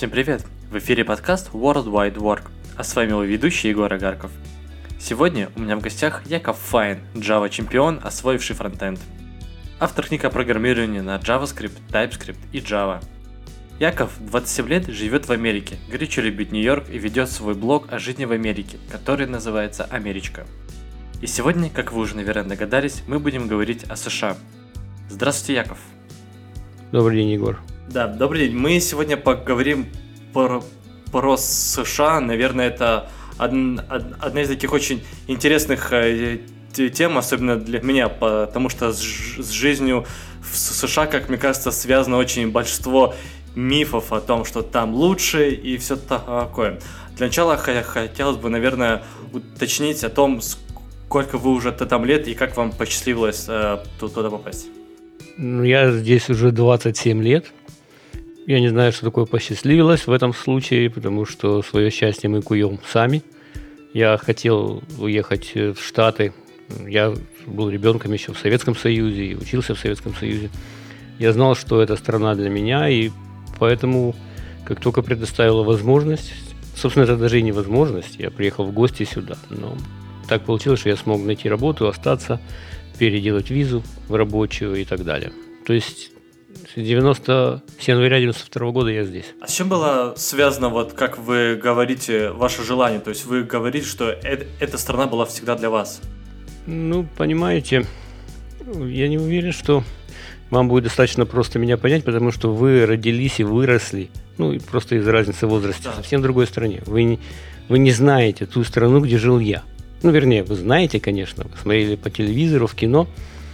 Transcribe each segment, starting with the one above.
Всем привет! В эфире подкаст World Wide Work, а с вами его ведущий Егор Агарков. Сегодня у меня в гостях Яков Файн, Java-чемпион, освоивший фронтенд. Автор книг о программировании на JavaScript, TypeScript и Java. Яков 27 лет живет в Америке, горячо любит Нью-Йорк и ведет свой блог о жизни в Америке, который называется «Америчка». И сегодня, как вы уже, наверное, догадались, мы будем говорить о США. Здравствуйте, Яков. Добрый день, Егор. Да, добрый день. Мы сегодня поговорим про США. Наверное, это одна из таких очень интересных тем, особенно для меня, потому что с жизнью в США, как мне кажется, связано очень большинство мифов о том, что там лучше и все такое. Для начала хотелось бы, наверное, уточнить о том, сколько вы уже там лет и как вам посчастливилось туда попасть. Я здесь уже 27 лет. Я не знаю, что такое посчастливилось в этом случае, потому что свое счастье мы куем сами. Я хотел уехать в Штаты. Я был ребенком еще в Советском Союзе и учился в Советском Союзе. Я знал, что это страна для меня, и поэтому, как только предоставила возможность, собственно, это даже и не возможность, я приехал в гости сюда, но так получилось, что я смог найти работу, остаться, переделать визу в рабочую и так далее. То есть с января 92 года я здесь. А с чем было связано, вот как вы говорите, ваше желание? То есть вы говорите, что эта страна была всегда для вас? Ну, понимаете, я не уверен, что вам будет достаточно просто меня понять, потому что вы родились и выросли, ну, просто из-за разницы в возрасте, в совсем другой стране. Вы не знаете ту страну, где жил я. Ну, вернее, вы знаете, конечно, вы смотрели по телевизору, в кино,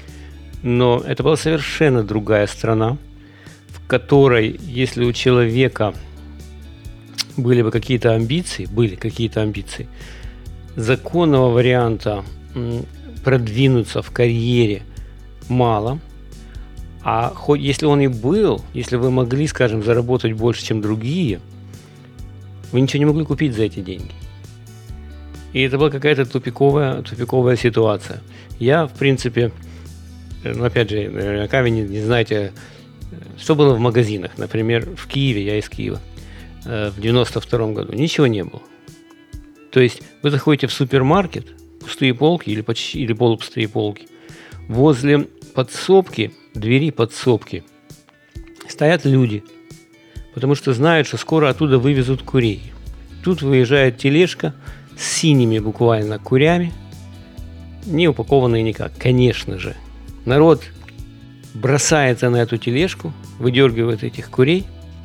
но это была совершенно другая страна, в которой, если у человека были какие-то амбиции, законного варианта продвинуться в карьере мало, а хоть если он и был, если вы могли, скажем, заработать больше, чем другие, вы ничего не могли купить за эти деньги. И это была какая-то тупиковая ситуация. Я, в принципе, опять же, наверняка вы не знаете, что было в магазинах. Например, в Киеве, я из Киева, в 92 году ничего не было. То есть вы заходите в супермаркет, пустые полки или полупустые полки. Возле подсобки, двери подсобки стоят люди, потому что знают, что скоро оттуда вывезут курей. Тут выезжает тележка с синими буквально курями, не упакованные никак, конечно же. Народ бросается на эту тележку, выдергивает этих курей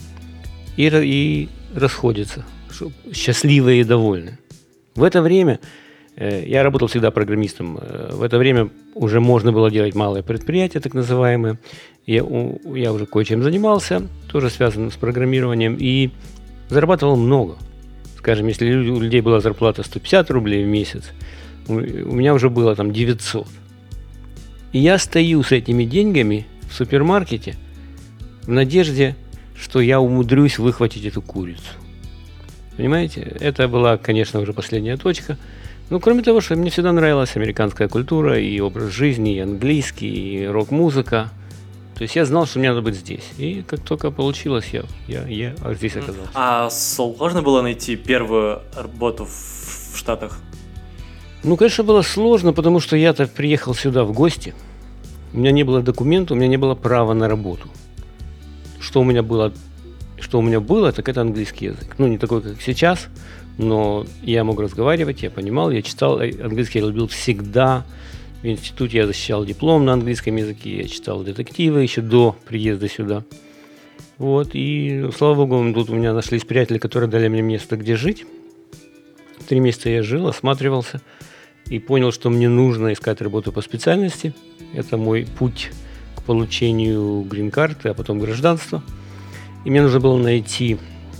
и расходится, счастливые и довольные. В это время, я работал всегда программистом, в это время уже можно было делать малые предприятия, так называемые. Я уже кое-чем занимался, тоже связанным с программированием, и зарабатывал много. Скажем, если у людей была зарплата 150 рублей в месяц, у меня уже было там 900. И я стою с этими деньгами в супермаркете в надежде, что я умудрюсь выхватить эту курицу. Понимаете? Это была, конечно, уже последняя точка. Но кроме того, что мне всегда нравилась американская культура, и образ жизни, и английский, и рок-музыка. То есть я знал, что мне надо быть здесь. И как только получилось, я здесь оказался. А сложно было найти первую работу в Штатах? Ну, конечно, было сложно, потому что я-то приехал сюда в гости. У меня не было документа, у меня не было права на работу. Что у меня было, так это английский язык. Ну, не такой, как сейчас, но я мог разговаривать, я понимал, я читал. Английский я любил всегда. В институте я защищал диплом на английском языке, я читал детективы еще до приезда сюда. Вот, и, слава богу, тут у меня нашлись приятели, которые дали мне место, где жить. 3 месяца я жил, осматривался и понял, что мне нужно искать работу по специальности. Это мой путь к получению грин-карты, а потом гражданства. И мне нужно было найти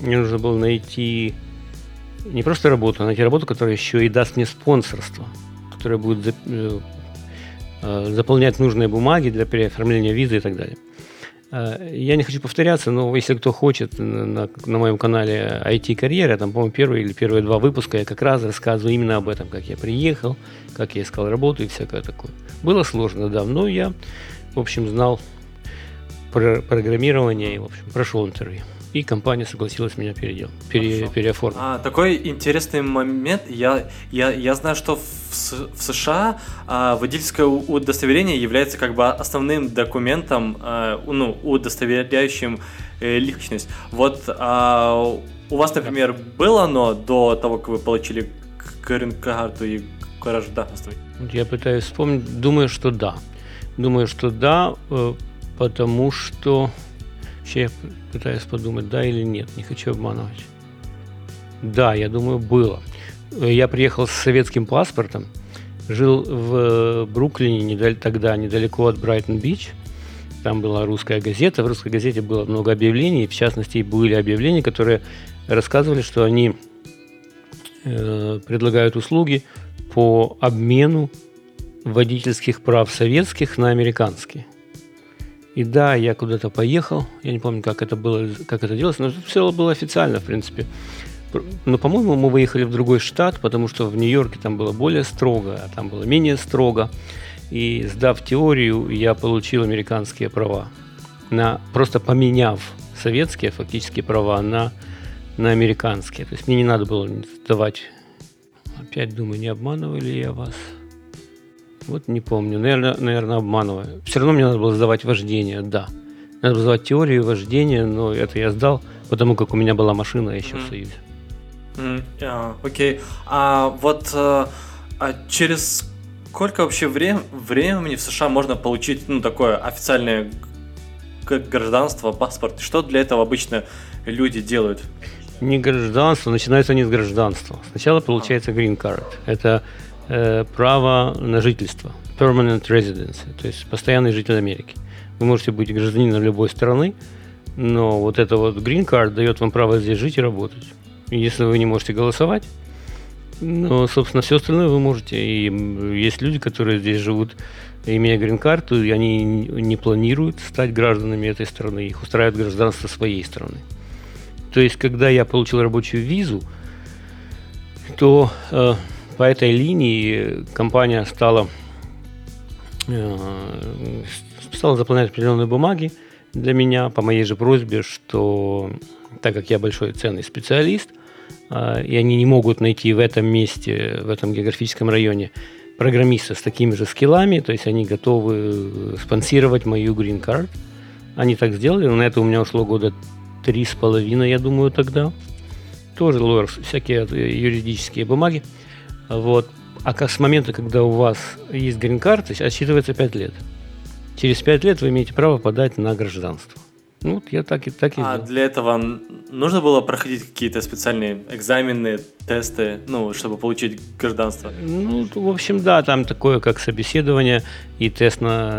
не просто работу, а найти работу, которая еще и даст мне спонсорство, которая будет заполнять нужные бумаги для переоформления визы и так далее. Я не хочу повторяться, но если кто хочет, на моем канале IT-карьера, там, по-моему, первые 2 выпуска я как раз рассказываю именно об этом, как я приехал, как я искал работу и всякое такое. Было сложно, да, но я, в общем, знал программирование и, в общем, прошел интервью. и компания согласилась меня Хорошо. переоформить. Такой интересный момент. Я знаю, что в США водительское удостоверение является как бы основным документом, удостоверяющим личность. Вот у вас, например, было оно до того, как вы получили грин-карту и гражданство? Я пытаюсь вспомнить. Думаю, что да. Потому что... Вообще я пытаюсь подумать, да или нет. Не хочу обманывать. Да, я думаю, было. Я приехал с советским паспортом, жил в Бруклине, тогда недалеко от Брайтон-Бич. Там была русская газета. В русской газете было много объявлений. В частности, были объявления, которые рассказывали, что они предлагают услуги по обмену водительских прав советских на американские. И да, я куда-то поехал. Я не помню, как это делалось, но все было официально, в принципе. Но, по-моему, мы выехали в другой штат, потому что в Нью-Йорке там было более строго, а там было менее строго. И сдав теорию, я получил американские права. Просто поменяв советские фактически права на американские. То есть мне не надо было сдавать. Опять думаю, не обманываю ли я вас? Вот не помню. Наверное, обманываю. Все равно мне надо было сдавать вождение, да. Надо было сдавать теорию вождения, но это я сдал, потому как у меня была машина еще в Союзе. Окей. Через сколько вообще времени в США можно получить такое официальное гражданство, паспорт? Что для этого обычно люди делают? Не гражданство, начинается не с гражданства. Сначала получается green card. Это право на жительство, permanent residence, то есть постоянный житель Америки. Вы можете быть гражданином любой страны, но вот это вот green card дает вам право здесь жить и работать. И если вы не можете голосовать, собственно, все остальное вы можете. И есть люди, которые здесь живут, имея green card, и они не планируют стать гражданами этой страны, их устраивает гражданство своей страны. То есть, когда я получил рабочую визу, то по этой линии компания стала заполнять определенные бумаги для меня по моей же просьбе, что так как я большой ценный специалист, и они не могут найти в этом месте, в этом географическом районе программиста с такими же скиллами, то есть они готовы спонсировать мою green card. Они так сделали, но на это у меня ушло года 3,5, я думаю, тогда. Тоже всякие юридические бумаги. Вот. А как с момента, когда у вас есть green card, отсчитывается 5 лет. Через 5 лет вы имеете право подать на гражданство. Ну, вот я так и сделал. Для этого нужно было проходить какие-то специальные экзамены, тесты, чтобы получить гражданство? В общем, да, там такое, как собеседование и тест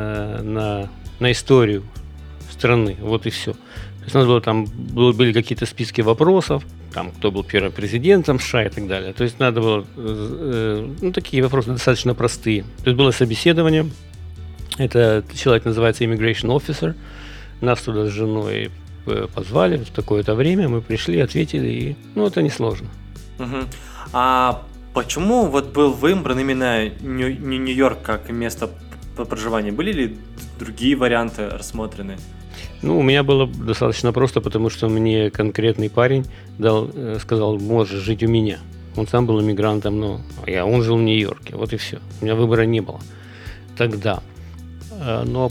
на историю страны. Вот и все. То есть надо было, там были какие-то списки вопросов, там, кто был первым президентом США и так далее. То есть надо было, такие вопросы достаточно простые. То есть было собеседование, этот человек называется immigration officer, нас туда с женой позвали в такое-то время, мы пришли, ответили, и, это несложно. Угу. А почему был выбран именно Нью-Йорк как место проживания? Были ли другие варианты рассмотрены? У меня было достаточно просто, потому что мне конкретный парень сказал, можешь жить у меня. Он сам был иммигрантом, он жил в Нью-Йорке, вот и все. У меня выбора не было тогда. Ну а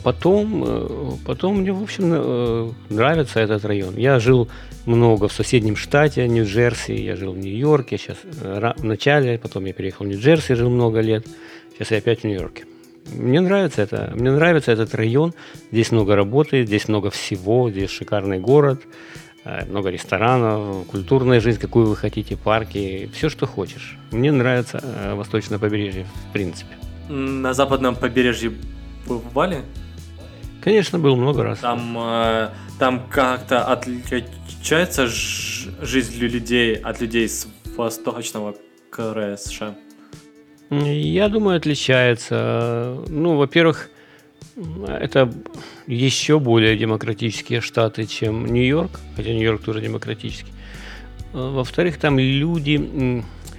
потом мне, в общем, нравится этот район. Я жил много в соседнем штате, Нью-Джерси, я жил в Нью-Йорке, сейчас в начале, потом я переехал в Нью-Джерси, жил много лет, сейчас я опять в Нью-Йорке. Мне нравится этот район, здесь много работы, здесь много всего, здесь шикарный город, много ресторанов, культурная жизнь, какую вы хотите, парки, все, что хочешь. Мне нравится восточное побережье, в принципе. На западном побережье бывали? Конечно, был много раз. Там как-то отличается жизнь людей от людей с восточного края США? Я думаю, отличается. Во-первых, это еще более демократические штаты, чем Нью-Йорк, хотя Нью-Йорк тоже демократический. Во-вторых, там люди,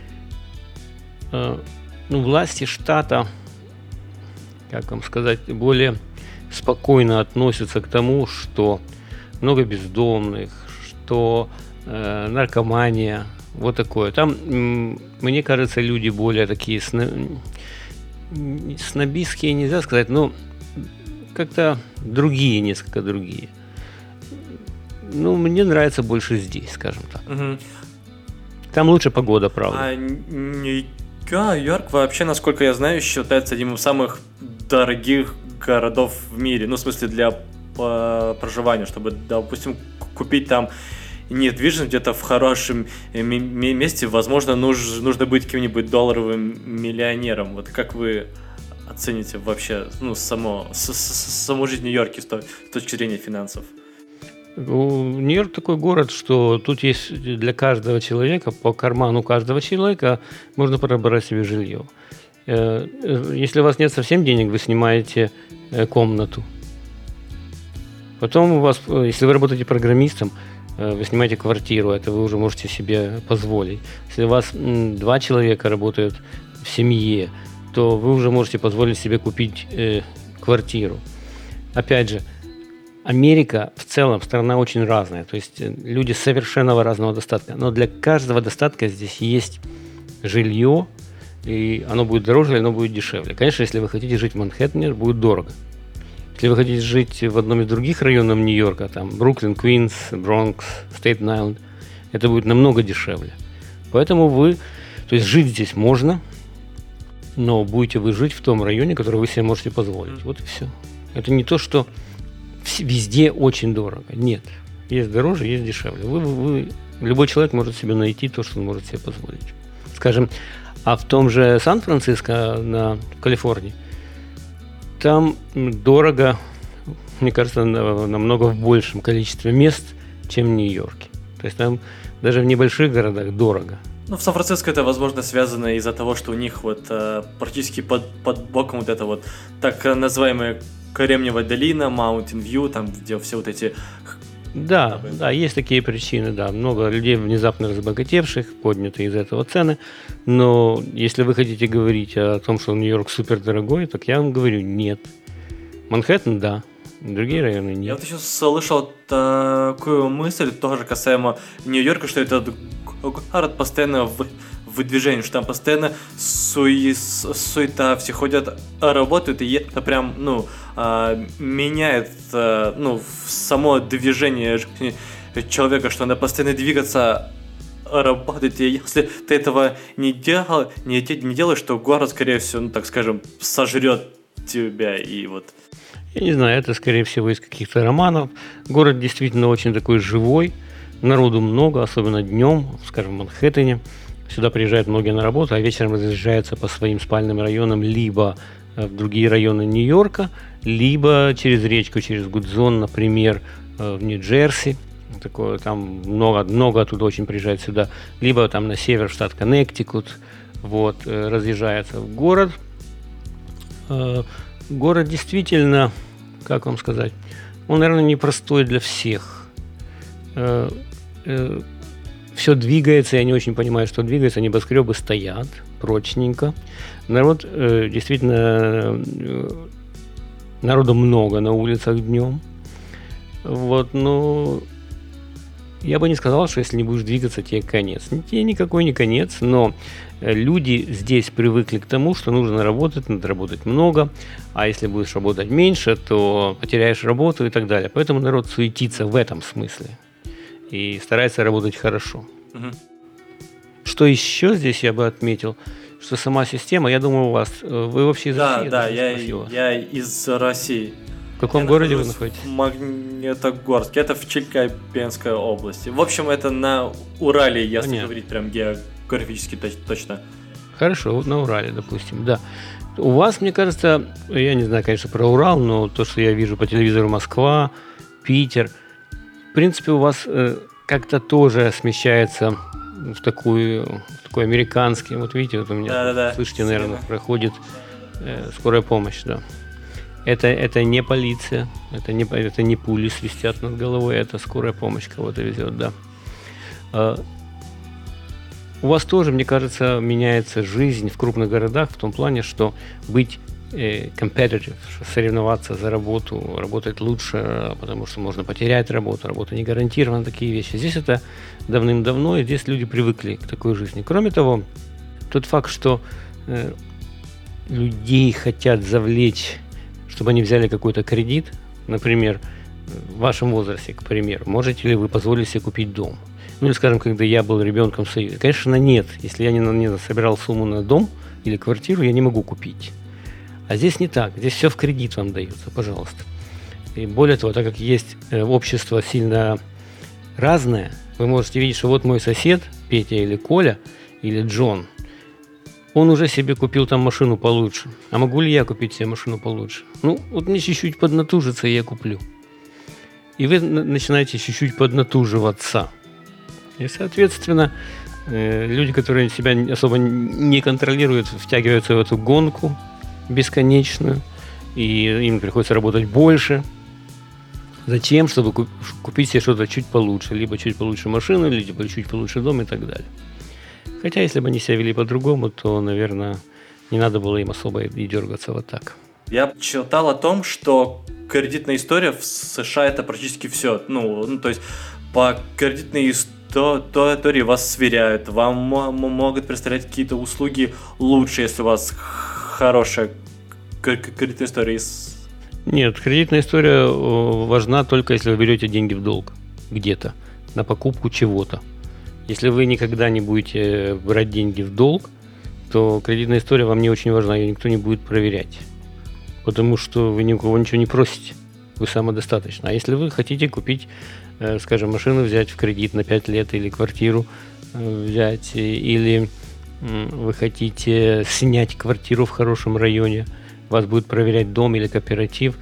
власти штата, как вам сказать, более спокойно относятся к тому, что много бездомных, то наркомания, вот такое. Там, мне кажется, люди более такие снобистские, нельзя сказать, но как-то другие, несколько другие. Ну, мне нравится больше здесь, скажем так. Мгм. Там лучше погода, правда. А Нью-Йорк вообще, насколько я знаю, считается одним из самых дорогих городов в мире. Ну, в смысле, для проживания, чтобы, допустим, купить там недвижимость где-то в хорошем месте, возможно, нужно быть каким-нибудь долларовым миллионером. Вот как вы оцените вообще, ну, саму жизнь в Нью-Йорке с точки зрения финансов? Нью-Йорк такой город, что тут есть для каждого человека, по карману каждого человека можно подобрать себе жилье. Если у вас нет совсем денег, вы снимаете комнату. Потом у вас, если вы работаете программистом, вы снимаете квартиру, это вы уже можете себе позволить. Если у вас 2 человека работают в семье, то вы уже можете позволить себе купить квартиру. Опять же, Америка в целом страна очень разная, то есть люди совершенно разного достатка, но для каждого достатка здесь есть жилье, и оно будет дороже, или оно будет дешевле. Конечно, если вы хотите жить в Манхэттене, будет дорого. Если вы хотите жить в одном из других районов Нью-Йорка, там Бруклин, Квинс, Бронкс, Стейтен-Айленд, это будет намного дешевле. Поэтому то есть жить здесь можно, но будете вы жить в том районе, который вы себе можете позволить. Вот и все. Это не то, что везде очень дорого. Нет. Есть дороже, есть дешевле. Любой человек может себе найти то, что он может себе позволить. Скажем, а в том же Сан-Франциско, в Калифорнии, там дорого, мне кажется, намного в большем количестве мест, чем в Нью-Йорке. То есть там даже в небольших городах дорого. Ну, в Сан-Франциско это, возможно, связано из-за того, что у них вот практически под боком вот это вот так называемая Кремниевая долина, Mountain View, там, где все вот эти... Да, есть такие причины, да. Много людей внезапно разбогатевших, подняты из этого цены. Но если вы хотите говорить о том, что Нью-Йорк супер дорогой, так я вам говорю, нет. Манхэттен, да. Другие районы нет. Я вот еще слышал такую мысль, тоже касаемо Нью-Йорка, что этот город постоянно в движении, что там постоянно суета, все ходят, работают, и это прям, меняет, само движение человека, что надо постоянно двигаться, работать, и если ты этого не делаешь, то город, скорее всего, так скажем, сожрет тебя, и вот... Я не знаю, это, скорее всего, из каких-то романов. Город действительно очень такой живой, народу много, особенно днем, скажем, в Манхэттене. Сюда приезжают многие на работу, а вечером разъезжаются по своим спальным районам либо в другие районы Нью-Йорка, либо через речку, через Гудзон, например, в Нью-Джерси. Такое, там много оттуда очень приезжает сюда. Либо там на север, в штат Коннектикут, разъезжается в город. Город действительно, как вам сказать, он, наверное, непростой для всех. Все двигается, я не очень понимаю, что двигается, небоскребы стоят прочненько. Народ, действительно, народу много на улицах днем. Но я бы не сказал, что если не будешь двигаться, тебе конец. Тебе никакой не конец, но люди здесь привыкли к тому, что нужно работать, надо работать много, а если будешь работать меньше, то потеряешь работу и так далее. Поэтому народ суетится в этом смысле и старается работать хорошо. Угу. Что еще здесь я бы отметил, что сама система, я думаю, у вас, вы вообще из России? Да, я из России. В каком городе вы находитесь? В Магнитогорске, это в Челябинской области. В общем, это на Урале, если говорить прям географически точно. Хорошо, на Урале, допустим, да. У вас, мне кажется, я не знаю, конечно, про Урал, но то, что я вижу по телевизору, Москва, Питер, в принципе, у вас как-то тоже смещается в такой американский. Вот видите, вот у меня, слышите, наверное, проходит скорая помощь, да. Это не полиция, это не пули свистят над головой, это скорая помощь кого-то везет, да. У вас тоже, мне кажется, меняется жизнь в крупных городах в том плане, что быть competitive, соревноваться за работу, работать лучше, потому что можно потерять работу, работа не гарантирована, такие вещи. Здесь это давным-давно, и здесь люди привыкли к такой жизни. Кроме того, тот факт, что людей хотят завлечь, чтобы они взяли какой-то кредит, например, в вашем возрасте, к примеру, можете ли вы позволить себе купить дом? Ну, или, скажем, когда я был ребенком в Союзе. Конечно, нет. Если я не собирал сумму на дом или квартиру, я не могу купить. А здесь не так. Здесь все в кредит вам дается, пожалуйста. И более того, так как есть общество сильно разное, вы можете видеть, что вот мой сосед, Петя или Коля, или Джон, он уже себе купил там машину получше. А могу ли я купить себе машину получше? Ну, вот мне чуть-чуть поднатужиться, и я куплю. И вы начинаете чуть-чуть поднатуживаться. И, соответственно, люди, которые себя особо не контролируют, втягиваются в эту гонку бесконечную, и им приходится работать больше. Зачем? Чтобы купить себе что-то чуть получше. Либо чуть получше машину, либо чуть получше дом и так далее. Хотя, если бы они себя вели по-другому, то, наверное, не надо было им особо и дергаться вот так. Я читал о том, что кредитная история в США это практически все. Ну, то есть по кредитной истории вас сверяют, вам могут представлять какие-то услуги лучше, если у вас хорошая кредитная история. Нет, кредитная история важна только если вы берете деньги в долг где-то на покупку чего-то. Если вы никогда не будете брать деньги в долг, то кредитная история вам не очень важна, ее никто не будет проверять. Потому что вы никого ничего не просите, вы самодостаточны. А если вы хотите купить, скажем, машину взять в кредит на 5 лет или квартиру взять, или вы хотите снять квартиру в хорошем районе, вас будет проверять дом или кооператив,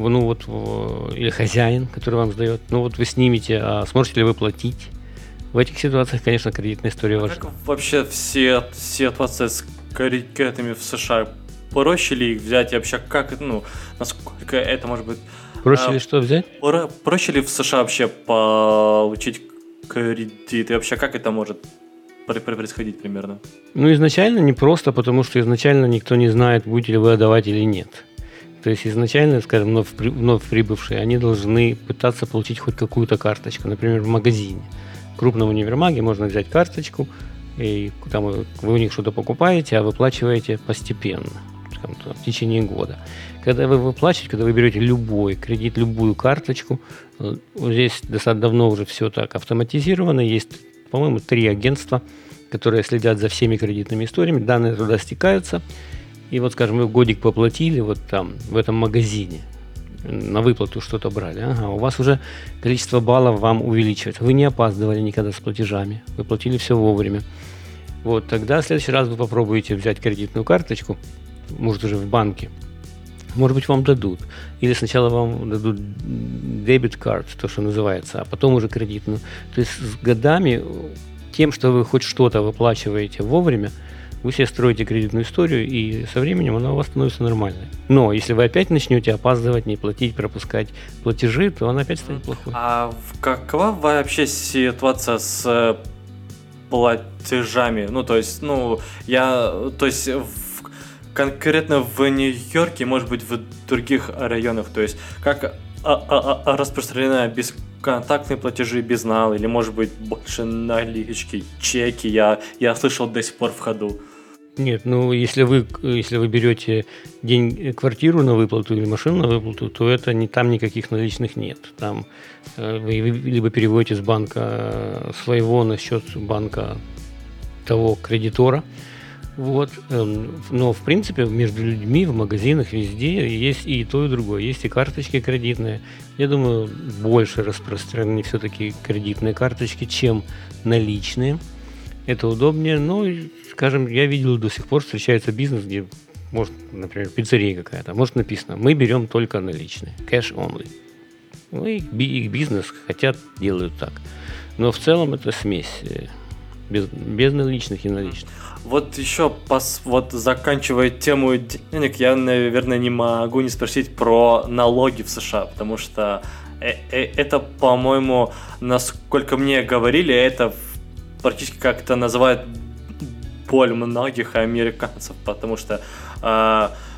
или хозяин, который вам сдает, вы снимете, а сможете ли вы платить? В этих ситуациях, конечно, кредитная история важна. Как вообще все ситуации с кредитами в США? Проще ли их взять и вообще насколько это может быть... Проще ли что взять? Проще ли в США вообще получить кредит? И вообще как это может происходить примерно? Изначально не просто, потому что изначально никто не знает, будете ли вы отдавать или нет. То есть изначально, скажем, вновь прибывшие, они должны пытаться получить хоть какую-то карточку, например, в магазине. В крупном универмаге можно взять карточку, и там вы у них что-то покупаете, а выплачиваете постепенно, в течение года. Когда вы выплачиваете, когда вы берете любой кредит, любую карточку, здесь достаточно давно уже все так автоматизировано, есть, по-моему, 3 агентства, которые следят за всеми кредитными историями, данные туда стекаются, и скажем, вы годик поплатили там, в этом магазине, на выплату что-то брали, у вас уже количество баллов вам увеличивается. Вы не опаздывали никогда с платежами, вы платили все вовремя. Тогда в следующий раз вы попробуете взять кредитную карточку, может уже в банке, может быть вам дадут. Или сначала вам дадут debit card, то, что называется, а потом уже кредитную. То есть с годами, тем, что вы хоть что-то выплачиваете вовремя, вы себе строите кредитную историю, и со временем она у вас становится нормальной. Но если вы опять начнете опаздывать, не платить, пропускать платежи, то она опять станет плохой. А какова вообще ситуация с платежами? Конкретно в Нью-Йорке, может быть, в других районах, то есть как распространены бесконтактные платежи без нала, или, может быть, больше налички, чеки, я слышал, до сих пор в ходу. Нет, если вы берете квартиру на выплату или машину на выплату, то это там никаких наличных нет. Там вы либо переводите с банка своего на счет банка того кредитора. Но в принципе между людьми в магазинах везде есть и то, и другое. Есть и карточки кредитные. Я думаю, больше распространены все-таки кредитные карточки, чем наличные. Это удобнее. Скажем, я видел, до сих пор встречается бизнес, где, может, например, пиццерия какая-то, может написано: мы берем только наличные, cash only. Их бизнес хотят, делают так. Но в целом это смесь без наличных и наличных. Еще заканчивая тему денег, я, наверное, не могу не спросить про налоги в США, потому что это, по-моему, насколько мне говорили, это практически как-то называют боль многих американцев, потому что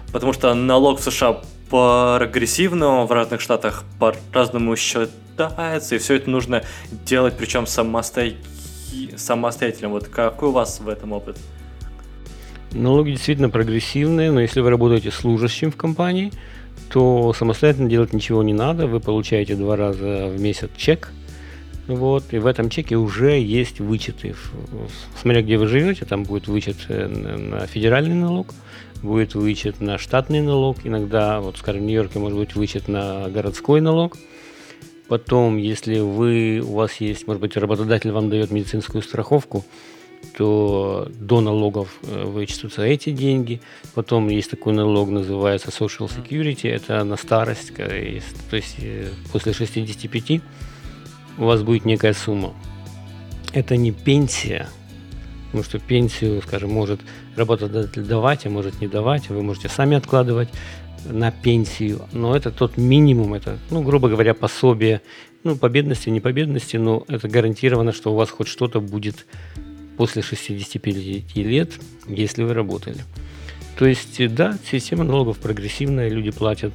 потому что налог в США прогрессивно, в разных штатах по-разному считается, и все это нужно делать, причем самостоятельно. Вот какой у вас в этом опыт? Налоги действительно прогрессивные, но если вы работаете служащим в компании, то самостоятельно делать ничего не надо. Вы получаете 2 раза в месяц чек. Вот, и в этом чеке уже есть вычеты. Смотря где вы живете, там будет вычет на федеральный налог, будет вычет на штатный налог. Иногда, вот скажем, в Нью-Йорке может быть вычет на городской налог. Потом, если у вас есть, может быть, работодатель вам дает медицинскую страховку, то до налогов вычтутся эти деньги. Потом есть такой налог, называется Social Security, это на старость, то есть после 65 у вас будет некая сумма. Это не пенсия, потому что пенсию, скажем, может работодатель давать, а может не давать, вы можете сами откладывать на пенсию, но это тот минимум, это, грубо говоря, пособие, по бедности, не по бедности, но это гарантированно, что у вас хоть что-то будет после 65 лет, если вы работали. То есть, да, система налогов прогрессивная, люди платят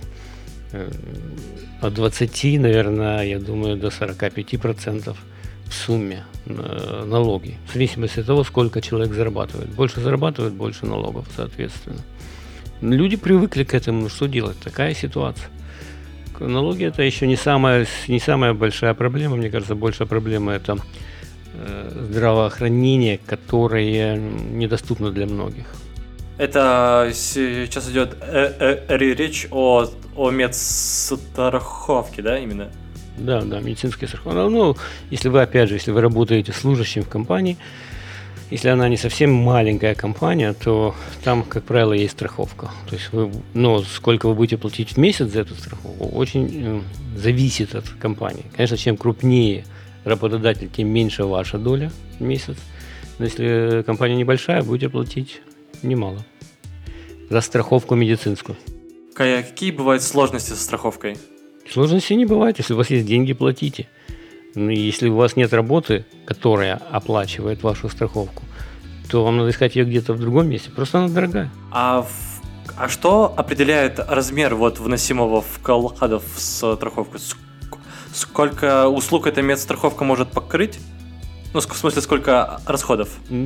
от 20, наверное, я думаю, до 45% в сумме налоги. В зависимости от того, сколько человек зарабатывает. Больше зарабатывает, больше налогов, соответственно. Люди привыкли к этому, что делать? Такая ситуация. Налоги – это еще не самая большая проблема. Мне кажется, большая проблема – это здравоохранение, которое недоступно для многих. Это сейчас идет речь о медстраховке, да, именно? Да, медицинская страховка. Если вы работаете служащим в компании, если она не совсем маленькая компания, то там, как правило, есть страховка. То есть сколько вы будете платить в месяц за эту страховку, очень зависит от компании. Конечно, чем крупнее работодатель, тем меньше ваша доля в месяц. Но если компания небольшая, будете платить немало за страховку медицинскую. Какие бывают сложности со страховкой? Сложностей не бывает. Если у вас есть деньги, платите. Но если у вас нет работы, которая оплачивает вашу страховку, то вам надо искать ее где-то в другом месте. Просто она дорогая. А что определяет размер вносимого вклада в страховку? Сколько услуг эта медстраховка может покрыть? В смысле, сколько расходов?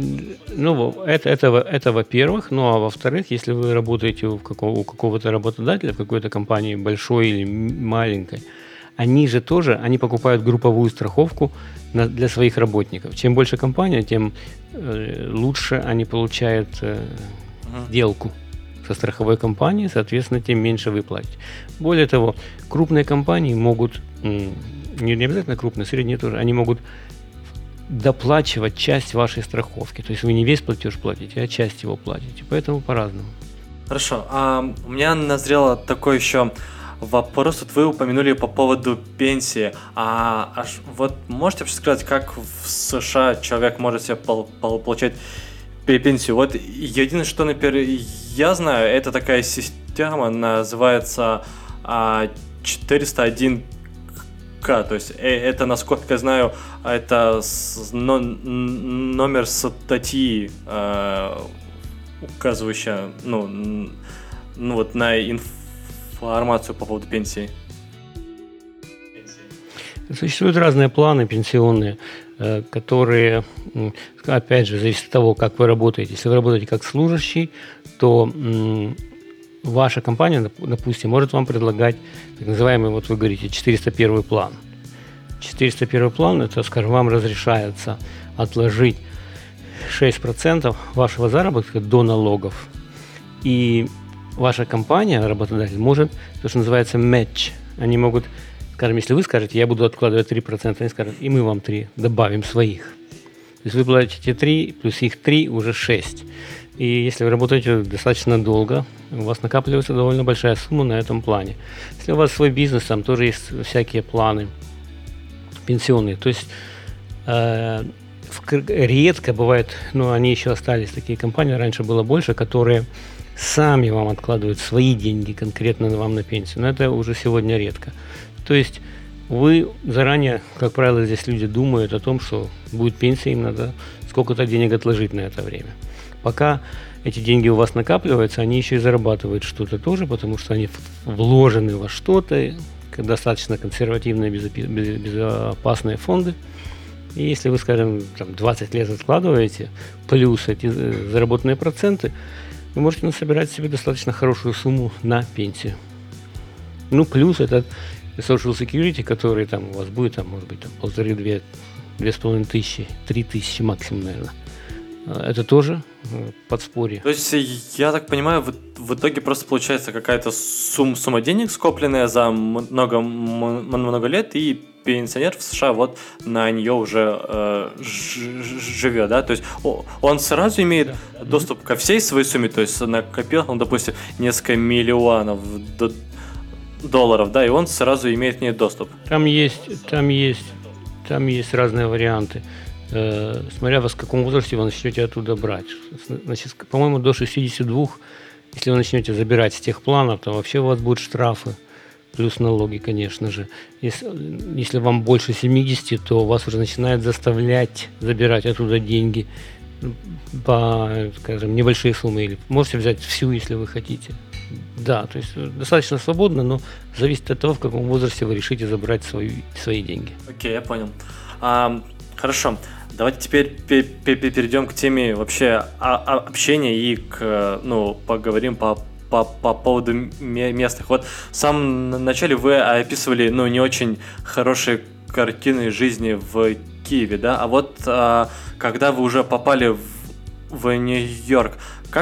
Это во-первых. А во-вторых, если вы работаете у какого-то работодателя, в какой-то компании большой или маленькой, они покупают групповую страховку для своих работников. Чем больше компания, тем лучше они получают сделку со страховой компанией, соответственно, тем меньше вы платите. Более того, крупные компании могут, не обязательно крупные, средние тоже, они могут доплачивать часть вашей страховки. То есть вы не весь платеж платите, а часть его платите. Поэтому по-разному. Хорошо. У меня назрело такой еще вопрос. Вы упомянули по поводу пенсии. Можете вообще сказать, как в США человек может себе получать пенсию? Единственное, что, например, я знаю, это такая система, называется 401К. То есть это, насколько я знаю, это номер статьи, указывающая на информацию по поводу пенсии. Существуют разные планы пенсионные, которые, опять же, зависят от того, как вы работаете. Если вы работаете как служащий, то ваша компания, допустим, может вам предлагать так называемый, вы говорите, 401 план. 401 план, это, скажем, вам разрешается отложить 6% вашего заработка до налогов. И ваша компания, работодатель, может, то, что называется match. Они могут, скажем, если вы скажете, я буду откладывать 3%, они скажут, и мы вам 3 добавим своих. То есть вы платите 3, плюс их 3, уже 6. И если вы работаете достаточно долго, у вас накапливается довольно большая сумма на этом плане. Если у вас свой бизнес, там тоже есть всякие планы пенсионные. То есть редко бывает, они еще остались такие компании, раньше было больше, которые сами вам откладывают свои деньги конкретно вам на пенсию. Но это уже сегодня редко. То есть вы заранее, как правило, здесь люди думают о том, что будет пенсия, им надо сколько-то денег отложить на это время. Пока эти деньги у вас накапливаются, они еще и зарабатывают что-то тоже, потому что они вложены во что-то, достаточно консервативные, безопасные фонды. И если вы, скажем, 20 лет откладываете, плюс эти заработанные проценты, вы можете насобирать себе достаточно хорошую сумму на пенсию. Ну, плюс этот Social Security, который там у вас будет, может быть, 1500, 2500, 3000 максимум, наверное. Это тоже подспорье. То есть, я так понимаю, в итоге просто получается какая-то сумма денег, скопленная за много лет, и пенсионер в США вот на нее уже живет, да? То есть он сразу имеет доступ ко всей своей сумме, то есть накопил, допустим, несколько миллионов долларов, да, и он сразу имеет к ней доступ. Там есть разные варианты. Смотря в каком возрасте вы начнете оттуда брать. Значит, по-моему, до 62, если вы начнете забирать с тех планов, то вообще у вас будут штрафы, плюс налоги, конечно же. Если вам больше 70, то вас уже начинают заставлять забирать оттуда деньги по, скажем, небольшие суммы. Или можете взять всю, если вы хотите. Да, то есть достаточно свободно, но зависит от того, в каком возрасте вы решите забрать свои деньги. Окей, я понял. Хорошо, давайте теперь перейдем к теме вообще общения и поговорим по поводу местных. Вот в самом начале вы описывали, не очень хорошие картины жизни в Киеве, да? А вот когда вы уже попали в Нью-Йорк,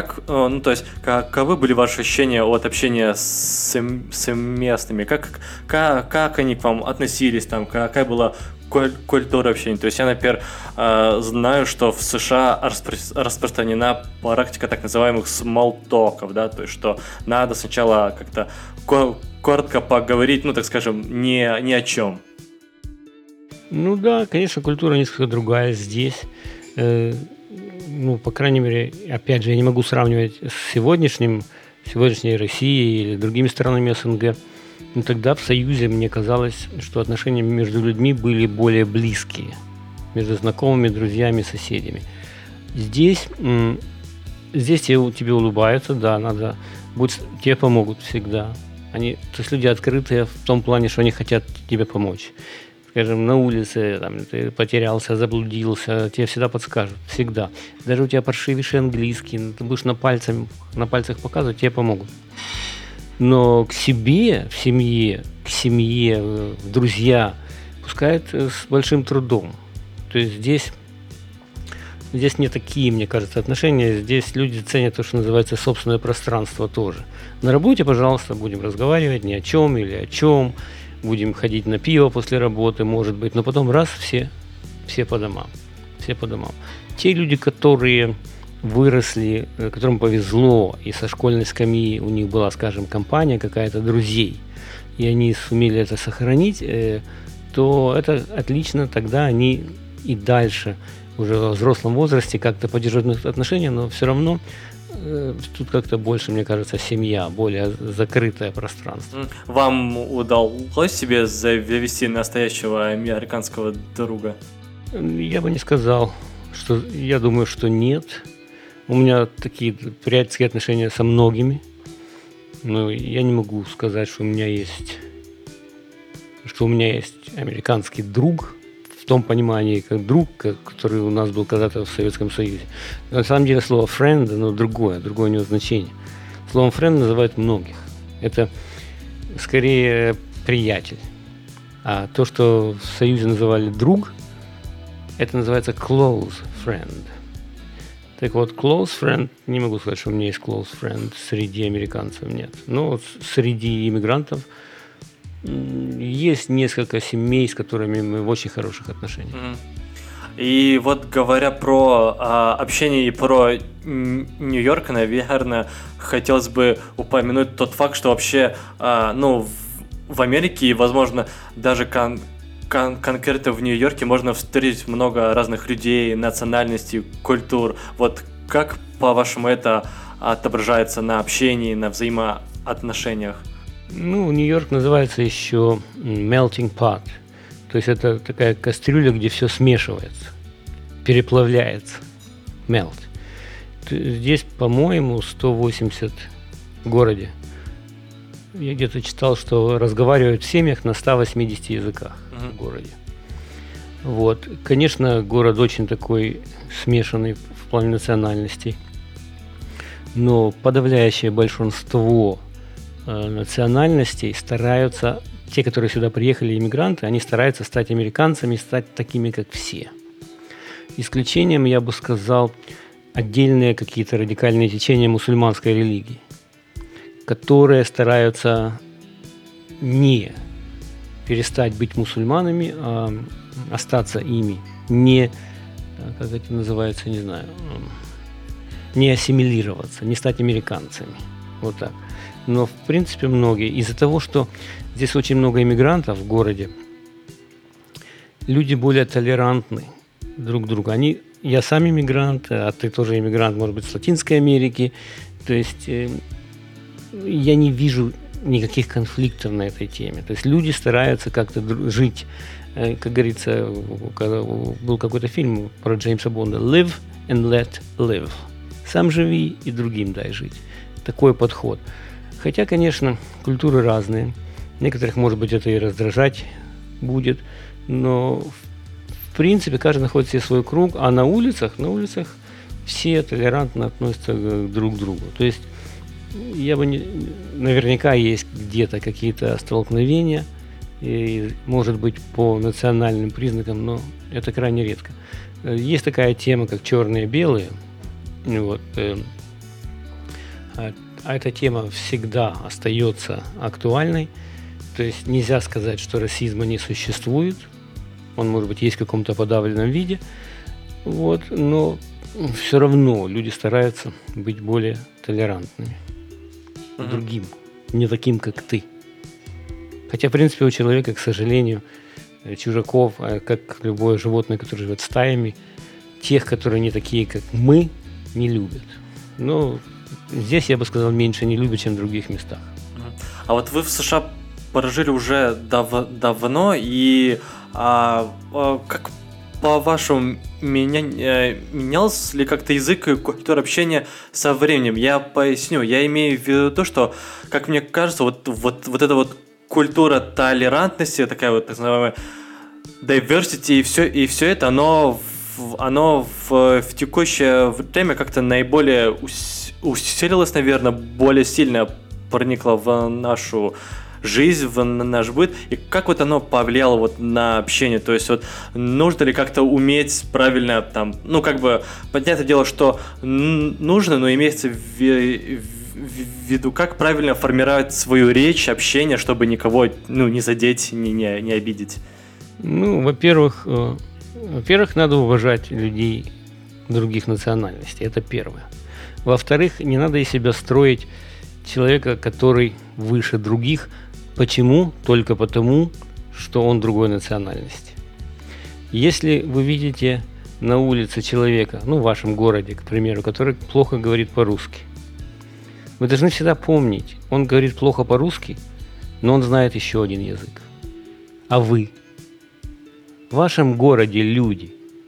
каковы были ваши ощущения от общения с местными? Как они к вам относились, там, какая была культура общения? То есть я, например, знаю, что в США распространена практика так называемых смолтоков, да, то есть что надо сначала как-то коротко поговорить, так скажем, ни о чем. Ну да, конечно, культура несколько другая здесь. По крайней мере, опять же, я не могу сравнивать с сегодняшней Россией или другими странами СНГ. Но тогда в Союзе мне казалось, что отношения между людьми были более близкие, между знакомыми, друзьями, соседями. Здесь тебе улыбаются, да, тебе помогут всегда. То есть люди открытые в том плане, что они хотят тебе помочь. Скажем, на улице ты потерялся, заблудился, тебе всегда подскажут, всегда. Даже у тебя паршивейший английский, ты будешь на пальцах показывать, тебе помогут. Но к себе, в семье, в друзья пускают с большим трудом. То есть здесь не такие, мне кажется, отношения. Здесь люди ценят то, что называется собственное пространство тоже. На работе, пожалуйста, будем разговаривать ни о чем или о чем. Будем ходить на пиво после работы, может быть. Но потом раз, все по домам. Все по домам. Те люди, которые выросли, которым повезло, и со школьной скамьи у них была, скажем, компания какая-то друзей, и они сумели это сохранить, то это отлично, тогда они и дальше, уже во взрослом возрасте, как-то поддерживают отношения, но все равно тут как-то больше, мне кажется, семья, более закрытое пространство. Вам удалось себе завести настоящего американского друга? Я бы не сказал, я думаю, что нет. У меня такие приятельские отношения со многими, но я не могу сказать, что у меня есть американский друг в том понимании, как друг, который у нас был когда-то в Советском Союзе. На самом деле слово friend, оно другое у него значение. Словом friend называют многих. Это скорее приятель. А то, что в Союзе называли друг, это называется close friend. Так вот, close friend, не могу сказать, что у меня есть close friend среди американцев, нет. Но среди иммигрантов есть несколько семей, с которыми мы в очень хороших отношениях. И вот говоря про общение и про Нью-Йорк, наверное, хотелось бы упомянуть тот факт, что вообще, в Америке и, возможно, даже конкретно в Нью-Йорке можно встретить много разных людей, национальностей, культур. Вот как, по-вашему, это отображается на общении, на взаимоотношениях? Нью-Йорк называется еще melting pot. То есть это такая кастрюля, где все смешивается, переплавляется. Melt. здесь, по-моему, 180 в городе. Я где-то читал, что разговаривают в семьях на 180 языках в городе. Вот. Конечно, город очень такой смешанный в плане национальностей, но подавляющее большинство национальностей стараются, те, которые сюда приехали, иммигранты, они стараются стать американцами, стать такими, как все. Исключением, я бы сказал, отдельные какие-то радикальные течения мусульманской религии, которые стараются не перестать быть мусульманами, а остаться ими, не, как это называется, не знаю, не ассимилироваться, не стать американцами. Вот так. Но, в принципе, многие, из-за того, что здесь очень много иммигрантов в городе, люди более толерантны друг к другу. Я сам иммигрант, а ты тоже иммигрант, может быть, с Латинской Америки. То есть я не вижу никаких конфликтов на этой теме. То есть люди стараются как-то жить. Как говорится, был какой-то фильм про Джеймса Бонда «Live and let live». Сам живи и другим дай жить. Такой подход. Хотя, конечно, культуры разные. Некоторых, может быть, это и раздражать будет. Но, в принципе, каждый находит себе свой круг. А на улицах все толерантно относятся друг к другу. То есть, наверняка есть где-то какие-то столкновения, и, может быть, по национальным признакам, но это крайне редко. Есть такая тема, как черные и белые. Вот. А эта тема всегда остается актуальной. То есть нельзя сказать, что расизма не существует. Он, может быть, есть в каком-то подавленном виде. Вот. Но все равно люди стараются быть более толерантными к другим, не таким, как ты. Хотя, в принципе, у человека, к сожалению, чужаков, как любое животное, которое живет стаями, тех, которые не такие, как мы, не любят. Но здесь, я бы сказал, меньше не любят, чем в других местах. А вот вы в США прожили уже давно, и как по-вашему, менялся ли как-то язык и культура общения со временем? Я поясню. Я имею в виду, что, как мне кажется, вот эта вот культура толерантности, такая вот так называемая diversity, и все это, оно в текущее время как-то наиболее усилилось, наверное, более сильно проникло в нашу жизнь, в наш быт, и как вот оно повлияло вот на общение, то есть вот нужно ли как-то уметь правильно там, ну как бы, понятное дело, что нужно, но имеется в виду, как правильно формировать свою речь, общение, чтобы никого, не задеть, не обидеть. Во-первых, надо уважать людей других национальностей, это первое. Во-вторых, не надо из себя строить человека, который выше других. Почему? Только потому, что он другой национальности. Если вы видите на улице человека, в вашем городе, к примеру, который плохо говорит по-русски, вы должны всегда помнить, он говорит плохо по-русски, но он знает еще один язык. А вы? В вашем городе люди,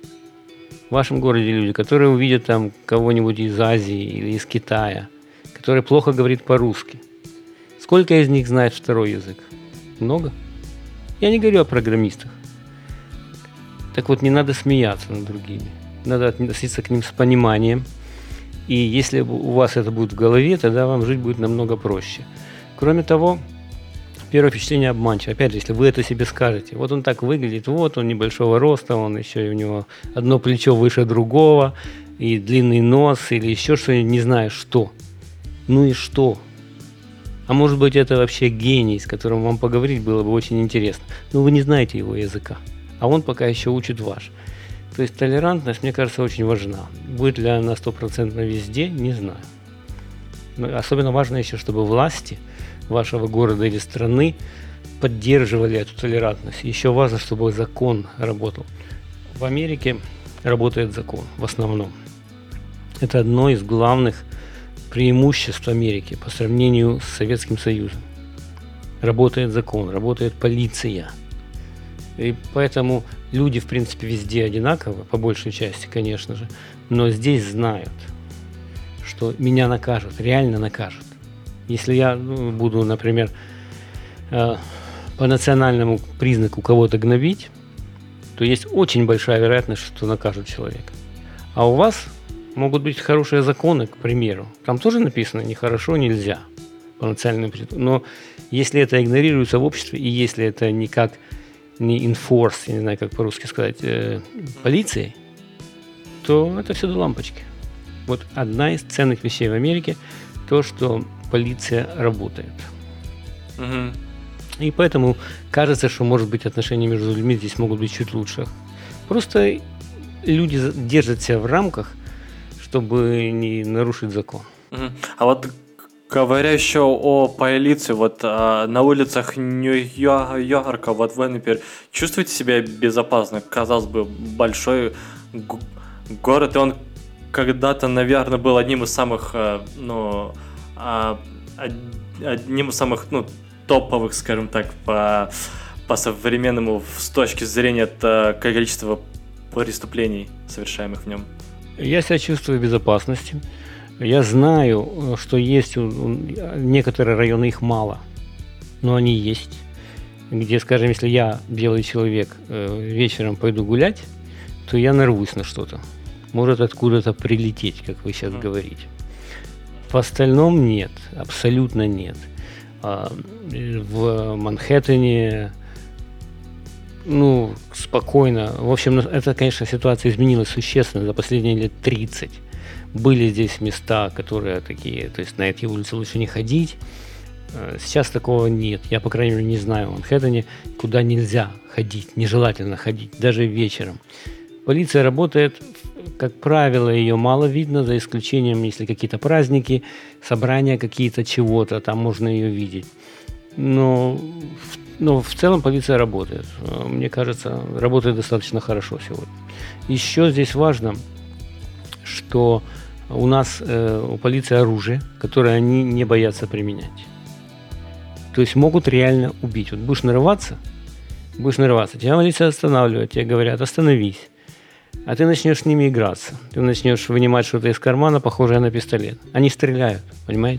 которые увидят там кого-нибудь из Азии или из Китая, который плохо говорит по-русски. Сколько из них знает второй язык? Много? Я не говорю о программистах. Так вот, не надо смеяться над другими. Надо относиться к ним с пониманием. И если у вас это будет в голове, тогда вам жить будет намного проще. Кроме того, первое впечатление обманчиво. Опять же, если вы это себе скажете, вот он так выглядит, вот он небольшого роста, он еще и у него одно плечо выше другого, и длинный нос, или еще что-нибудь, не знаю что. Ну и что? А может быть, это вообще гений, с которым вам поговорить было бы очень интересно. Но вы не знаете его языка, а он пока еще учит ваш. То есть толерантность, мне кажется, очень важна. Будет ли она 100% везде, не знаю. Но особенно важно еще, чтобы власти вашего города или страны поддерживали эту толерантность. Еще важно, чтобы закон работал. В Америке работает закон в основном. Это одно из главных преимуществ Америки по сравнению с Советским Союзом. Работает закон, работает полиция. И поэтому люди, в принципе, везде одинаковы, по большей части, конечно же, но здесь знают. что меня накажут, реально накажут. Если я буду, например, по национальному признаку кого-то гнобить, то есть очень большая вероятность, что накажут человека. А у вас могут быть хорошие законы, к примеру. Там тоже написано «нехорошо, нельзя» по национальному признаку. Но если это игнорируется в обществе, и если это никак не enforce, я не знаю, как по-русски сказать, полицией, то это все до лампочки. Вот одна из ценных вещей в Америке – то, что полиция работает. Мгм. И поэтому кажется, что, может быть, отношения между людьми здесь могут быть чуть лучше. Просто люди держат себя в рамках, чтобы не нарушить закон. Мгм. А вот говоря еще о полиции, вот на улицах Нью-Йорка, вот вы, например, чувствуете себя безопасно? Казалось бы, большой г- город, и он когда-то, наверное, был одним из самых, одним из самых, топовых, скажем так, по современному с точки зрения количества преступлений, совершаемых в нем. Я себя чувствую в безопасности. Я знаю, что есть некоторые районы, их мало, но они есть. Где, скажем, если я, белый человек, вечером пойду гулять, то я нарвусь на что-то. Может откуда-то прилететь, как вы сейчас говорите. В остальном нет, абсолютно нет. В Манхэттене, спокойно. В общем, это, конечно, ситуация изменилась существенно за последние лет 30. Были здесь места, которые такие, то есть на эти улицы лучше не ходить. Сейчас такого нет. Я, по крайней мере, не знаю в Манхэттене, куда нельзя ходить, нежелательно ходить, даже вечером. Полиция работает, как правило, ее мало видно, за исключением, если какие-то праздники, собрания какие-то чего-то, там можно ее видеть. Но в целом полиция работает. Мне кажется, работает достаточно хорошо сегодня. Еще здесь важно, что у нас у полиции оружие, которое они не боятся применять. То есть могут реально убить. Вот будешь нарываться, тебя полиция останавливает, тебе говорят, остановись. А ты начнешь с ними играться. Ты начнешь вынимать что-то из кармана, похожее на пистолет. Они стреляют, понимаете?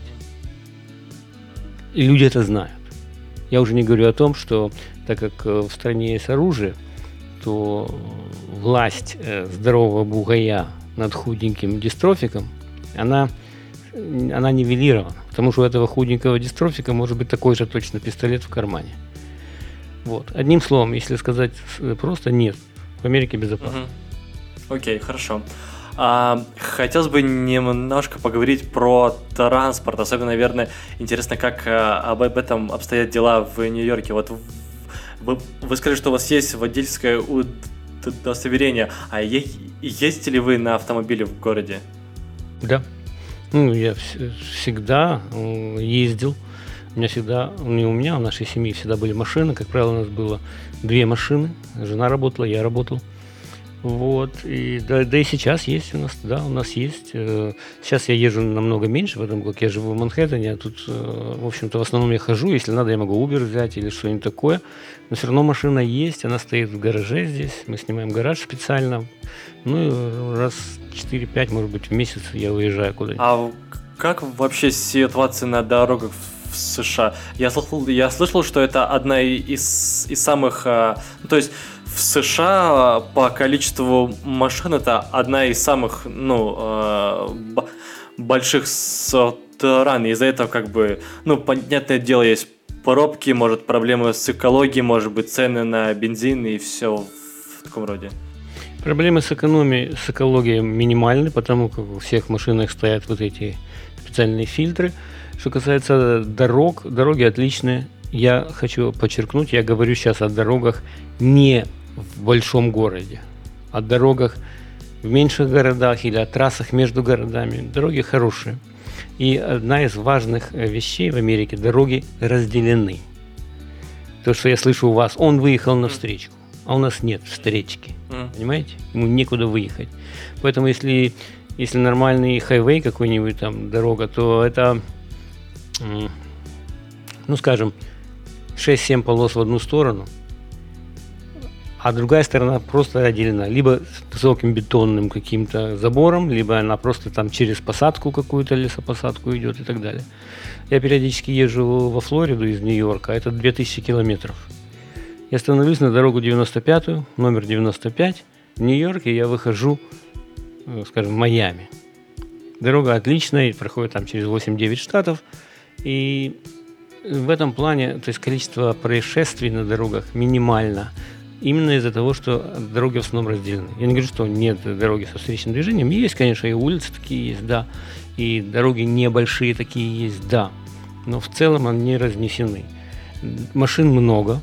И люди это знают. Я уже не говорю о том, что так как в стране есть оружие, то власть здорового бугая над худеньким дистрофиком, она нивелирована. Потому что у этого худенького дистрофика может быть такой же точно пистолет в кармане. Вот. Одним словом, если сказать просто, нет. В Америке безопасно. Мгм. Окей, хорошо. Хотелось бы немножко поговорить про транспорт. Особенно, наверное, интересно, как об этом обстоят дела в Нью-Йорке. Вот вы сказали, что у вас есть водительское удостоверение. А ездите ли вы на автомобиле в городе? Да. Я всегда ездил. У меня, у нашей семьи всегда были машины. Как правило, у нас было 2 машины. Жена работала, я работал. Вот. Да и сейчас есть у нас, да, у нас есть. Сейчас я езжу намного меньше, потому как я живу в Манхэттене, а тут, в общем-то, в основном я хожу. Если надо, я могу Uber взять или что-нибудь такое. Но все равно машина есть, она стоит в гараже здесь. Мы снимаем гараж специально. И раз 4-5, может быть, в месяц я уезжаю куда-нибудь. А как вообще ситуация на дорогах в США? Я слышал, что это одна из самых... то есть в США по количеству машин это одна из самых больших стран. Из-за этого понятное дело, есть пробки, может проблемы с экологией, может быть цены на бензин и все в таком роде. Проблемы с экологией минимальны, потому как у всех машинах стоят вот эти специальные фильтры. Что касается дорог, дороги отличные. Я хочу подчеркнуть, я говорю сейчас о дорогах не в большом городе, о дорогах в меньших городах или о трассах между городами. Дороги хорошие. И одна из важных вещей в Америке – дороги разделены. То, что я слышу у вас, он выехал на встречку, а у нас нет встречки. Понимаете? Ему некуда выехать. Поэтому если нормальный хайвей какой-нибудь, там дорога, то это, скажем, 6-7 полос в одну сторону. а другая сторона просто отделена либо с высоким бетонным каким-то забором, либо она просто там через посадку какую-то, лесопосадку идет и так далее. Я периодически езжу во Флориду из Нью-Йорка, это 2000 километров. Я становлюсь на дорогу 95-ю, номер 95, в Нью-Йорке я выхожу, скажем, в Майами. Дорога отличная, проходит там через 8-9 штатов, и в этом плане, то есть количество происшествий на дорогах минимально, именно из-за того, что дороги в основном разделены. Я не говорю, что нет дороги со встречным движением, есть, конечно, и улицы такие есть, да, и дороги небольшие такие есть, да, но в целом они разнесены. Машин много.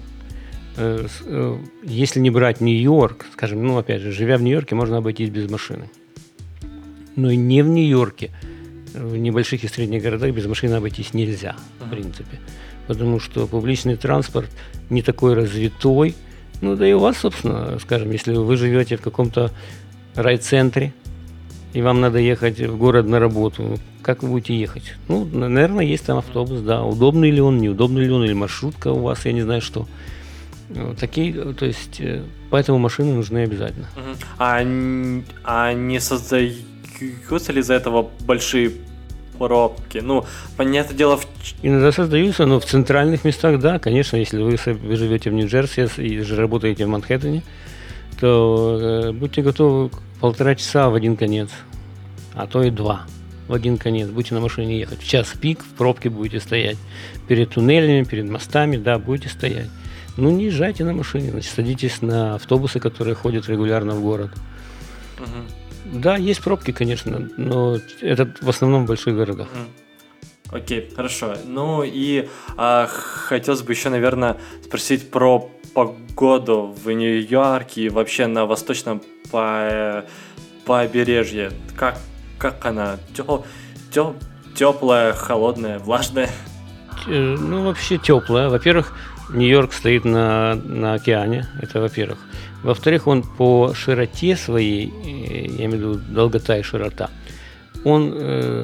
Если не брать Нью-Йорк, скажем, ну, опять же, живя в Нью-Йорке, можно обойтись без машины. Но и не в Нью-Йорке, в небольших и средних городах без машины обойтись нельзя, в принципе. Потому что публичный транспорт не такой развитой. Ну, да и у вас, собственно, скажем, если вы живете в каком-то райцентре, и вам надо ехать в город на работу, как вы будете ехать? Ну, наверное, есть там автобус, да. Удобный ли он, неудобный ли он, или маршрутка у вас, я не знаю что. Такие, то есть, поэтому машины нужны обязательно. А не создаются ли из-за этого большие пробки? Ну, понятное дело... Иногда создаются, но в центральных местах, да, конечно, если вы живете в Нью-Джерси и же работаете в Манхэттене, то будьте готовы 1,5 часа в один конец, а то и 2 в один конец. Будете на машине ехать. В час пик в пробке будете стоять. Перед туннелями, перед мостами, да, будете стоять. Ну, не езжайте на машине, значит, садитесь на автобусы, которые ходят регулярно в город. Да, есть пробки, конечно, но это в основном в больших городах. Окей, хорошо. Ну и хотелось бы еще, наверное, спросить про погоду в Нью-Йорке и вообще на восточном побережье. Как она? Теплая, холодная, влажная? Ну, вообще теплая. Во-первых, Нью-Йорк стоит на океане, это во-первых. Во-вторых, он по широте своей, я имею в виду долгота и широта, он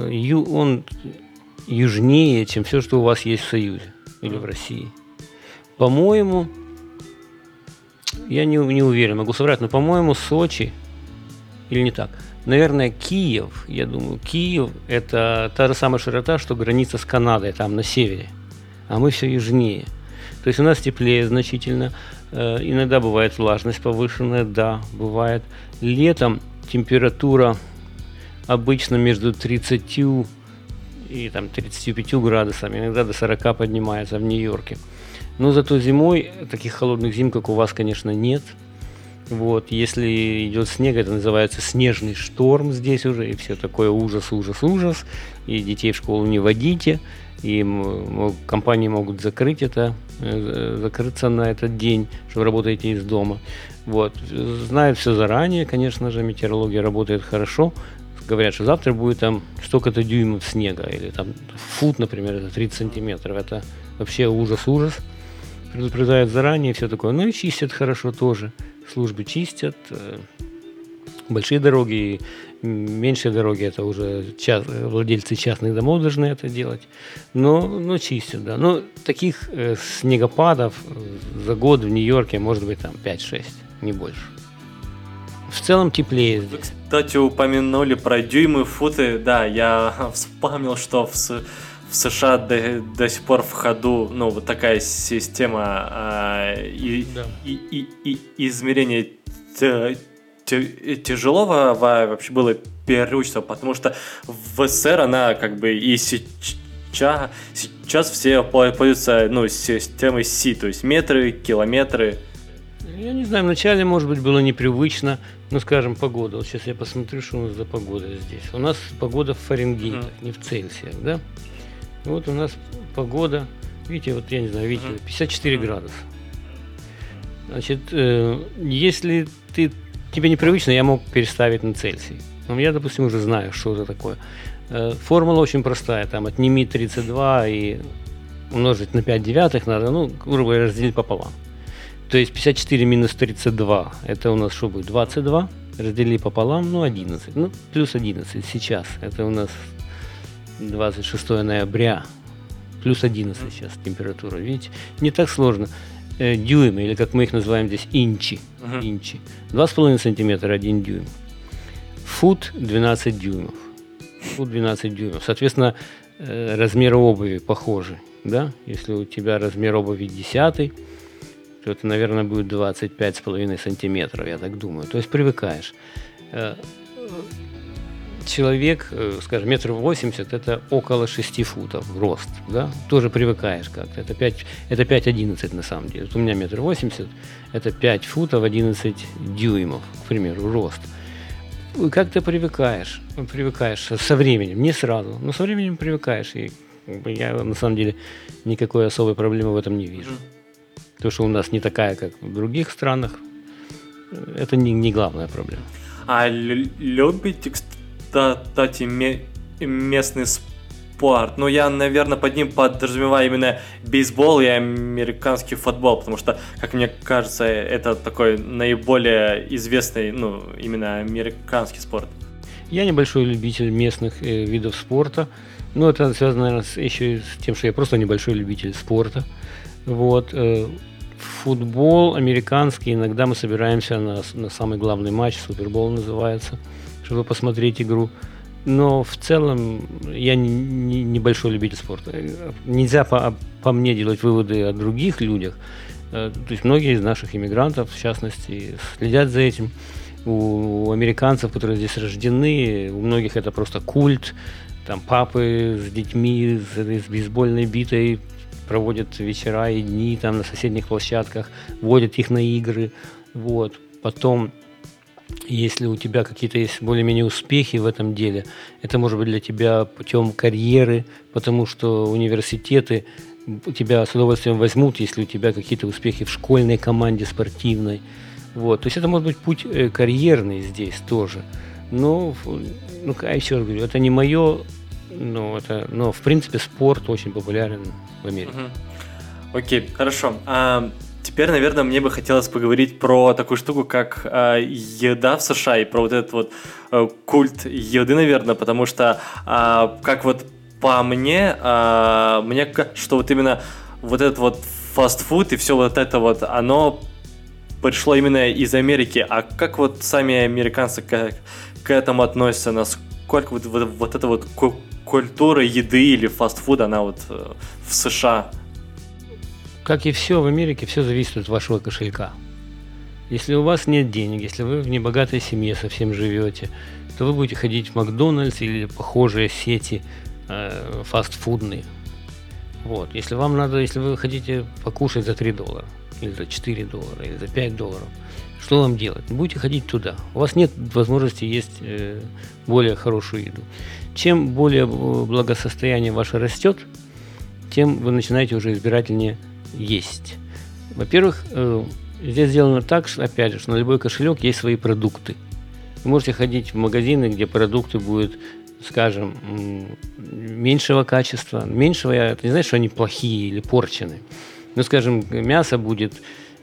южнее, чем все, что у вас есть в Союзе или в России. По-моему, я не уверен, могу соврать, но, по-моему, Сочи, или не так, наверное, Киев, я думаю, Киев – это та же самая широта, что граница с Канадой, там на севере, а мы все южнее. То есть у нас теплее значительно, иногда бывает влажность повышенная, да, бывает. Летом температура обычно между 30 и там, 35 градусами, иногда до 40 поднимается в Нью-Йорке. Но зато зимой таких холодных зим, как у вас, конечно, нет. Вот, если идет снег, это называется снежный шторм здесь уже, и все такое ужас, и детей в школу не водите, и компании могут закрыться на этот день, что вы работаете из дома. Вот. Знают все заранее, конечно же, метеорология работает хорошо. Говорят, что завтра будет там столько-то дюймов снега, или там фут, например, это 30 сантиметров. Это вообще ужас. Предупреждают заранее, все такое. Ну и чистят хорошо тоже. Службы чистят. Большие дороги, меньшие дороги, это уже владельцы частных домов должны это делать. Но чистят, да. Но таких снегопадов за год в Нью-Йорке может быть там 5-6, не больше. В целом теплее здесь. Вы, кстати, упомянули про дюймы, футы. Да, я вспомнил, что в США до сих пор в ходу, ну, вот такая система измерения тяжелого вообще было переучиться, потому что в СССР она как бы и сейчас все пользуются, ну, системой СИ, то есть метры, километры. Я не знаю, вначале, может быть, было непривычно, ну, скажем, погода. Вот сейчас я посмотрю, что у нас за погода здесь. У нас погода в Фаренгейтах, не в Цельсиях, да? Вот у нас погода, видите, вот я не знаю, видите, 54 градуса. Значит, если тебе непривычно, я мог переставить на Цельсий. Но я, допустим, уже знаю, что это такое. Формула очень простая, там отними 32 и умножить на 5 девятых надо, ну, грубо говоря, разделить пополам. То есть 54 минус 32, это у нас что будет? 22, разделили пополам, ну, 11, ну, плюс 11 сейчас, это у нас 26 ноября, плюс 11 сейчас температура, видите, не так сложно. дюймы, или как мы их называем здесь, инчи. Мгм. Инчи. 2,5 сантиметра 1 дюйм. Фут 12 дюймов. Фут 12 дюймов. Соответственно, размеры обуви похожи. Да? Если у тебя размер обуви 10, то это, наверное, будет 25,5 сантиметров, я так думаю. То есть привыкаешь. Человек, скажем, 1,80 м, это около 6 футов рост, да? Тоже привыкаешь как-то. Это 5,11 на самом деле. Вот у меня 1,80 м, это 5 футов 11 дюймов, к примеру, рост. И как ты привыкаешь со временем, не сразу, но со временем привыкаешь. И я на самом деле никакой особой проблемы в этом не вижу. То, что у нас не такая, как в других странах, это не главная проблема. А любите, кстати, местный спорт? Ну, я, наверное, под ним подразумеваю именно бейсбол и американский футбол, потому что, как мне кажется, это такой наиболее известный, ну, именно американский спорт. Я небольшой любитель местных видов спорта, но это связано, наверное, еще и с тем, что я просто небольшой любитель спорта. Вот. Футбол американский, иногда мы собираемся на самый главный матч, Супербол называется, чтобы посмотреть игру. Но в целом я небольшой любитель спорта. Нельзя по мне делать выводы о других людях. То есть многие из наших иммигрантов, в частности, следят за этим. У американцев, которые здесь рождены, у многих это просто культ. Там папы с детьми, с бейсбольной битой проводят вечера и дни там на соседних площадках, водят их на игры. Вот. Потом, если у тебя какие-то есть более-менее успехи в этом деле, это может быть для тебя путем карьеры, потому что университеты тебя с удовольствием возьмут, если у тебя какие-то успехи в школьной команде спортивной. Вот. То есть это может быть путь карьерный здесь тоже. Но, я еще раз говорю, это не мое, но в принципе спорт очень популярен в Америке. Окей, хорошо. Теперь, наверное, мне бы хотелось поговорить про такую штуку, как еда в США, и про вот этот вот культ еды, наверное, потому что, как вот по мне, мне кажется, что вот именно вот этот вот фастфуд и все вот это вот, оно пришло именно из Америки. А как вот сами американцы к этому относятся? Насколько вот эта вот культура еды или фастфуда, она вот в США? Как и все в Америке, все зависит от вашего кошелька. Если у вас нет денег, если вы в небогатой семье совсем живете, то вы будете ходить в Макдональдс или похожие сети фастфудные. Вот. Если вы хотите покушать за $3, или за $4, или за $5, что вам делать? Будете ходить туда. У вас нет возможности есть более хорошую еду. Чем более благосостояние ваше растет, тем вы начинаете уже избирательнее есть. Во-первых, здесь сделано так, что, опять же, что на любой кошелек есть свои продукты. Вы можете ходить в магазины, где продукты будут, скажем, меньшего качества. Меньшего, это не значит, что они плохие или порчены. Но, скажем, мясо будет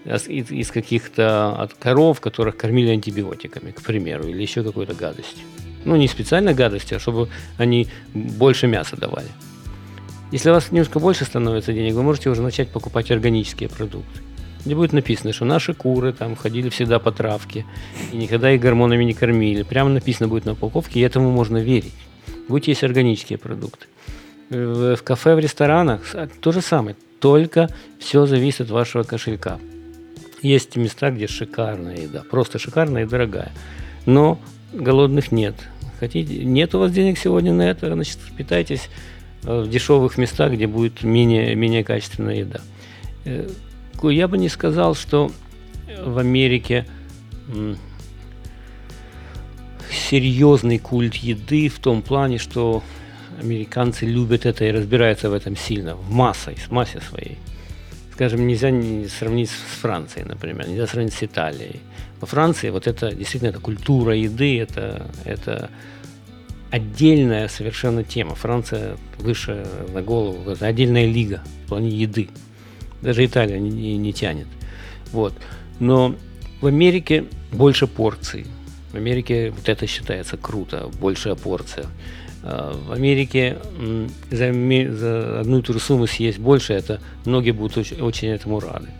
из каких-то от коров, которых кормили антибиотиками, к примеру, или еще какой-то гадостью. Не специально гадости, а чтобы они больше мяса давали. Если у вас немножко больше становится денег, вы можете уже начать покупать органические продукты, где будет написано, что наши куры там ходили всегда по травке и никогда их гормонами не кормили. Прямо написано будет на упаковке, и этому можно верить. Будете есть органические продукты. В кафе, в ресторанах то же самое, только все зависит от вашего кошелька. Есть места, где шикарная еда, просто шикарная и дорогая, но голодных нет. Нет у вас денег сегодня на это, значит, питайтесь в дешевых местах, где будет менее качественная еда. Я бы не сказал, что в Америке серьезный культ еды в том плане, что американцы любят это и разбираются в этом сильно, в массе своей. Скажем, нельзя сравнить с Францией, например, нельзя сравнить с Италией. Во Франции вот это действительно это культура еды, это отдельная совершенно тема. Франция выше на голову, это отдельная лига в плане еды. Даже Италия не тянет. Вот. Но в Америке больше порций. В Америке вот это считается круто, большая порция. В Америке за одну и ту же сумму съесть больше, это многие будут очень этому рады.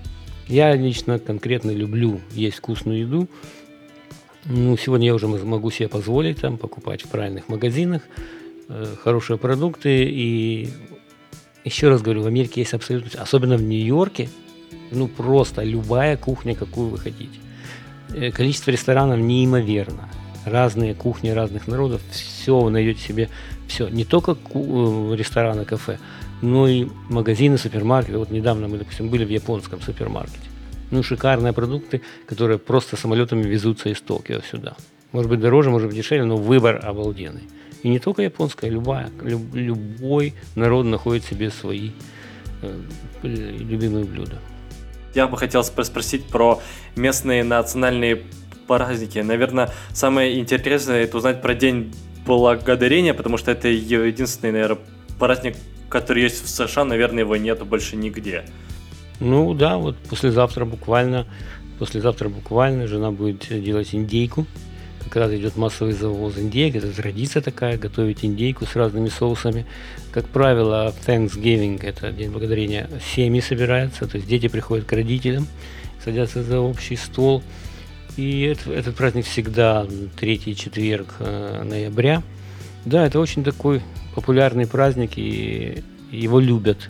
Я лично конкретно люблю есть вкусную еду. Ну, сегодня я уже могу себе позволить там покупать в правильных магазинах хорошие продукты. И еще раз говорю, в Америке есть абсолютно, особенно в Нью-Йорке, ну просто любая кухня, какую вы хотите. Количество ресторанов неимоверно. Разные кухни разных народов, все вы найдете себе, все. Не только рестораны, кафе, но и магазины, супермаркеты. Вот недавно мы, допустим, были в японском супермаркете. Ну, шикарные продукты, которые просто самолетами везутся из Токио сюда. Может быть дороже, может быть дешевле, но выбор обалденный. И не только японская, любой народ находит себе свои любимые блюда. Я бы хотел спросить про местные национальные праздники. Наверное, самое интересное это узнать про День Благодарения, потому что это единственный, наверное, праздник, который есть в США, наверное, его нету больше нигде. Ну да, вот послезавтра буквально жена будет делать индейку. Как раз идет массовый завоз индейки, это традиция такая, готовить индейку с разными соусами. Как правило, Thanksgiving, это День Благодарения, семьи собираются, то есть дети приходят к родителям, садятся за общий стол. И этот праздник всегда третий четверг ноября. Да, это очень такой популярный праздник, и его любят.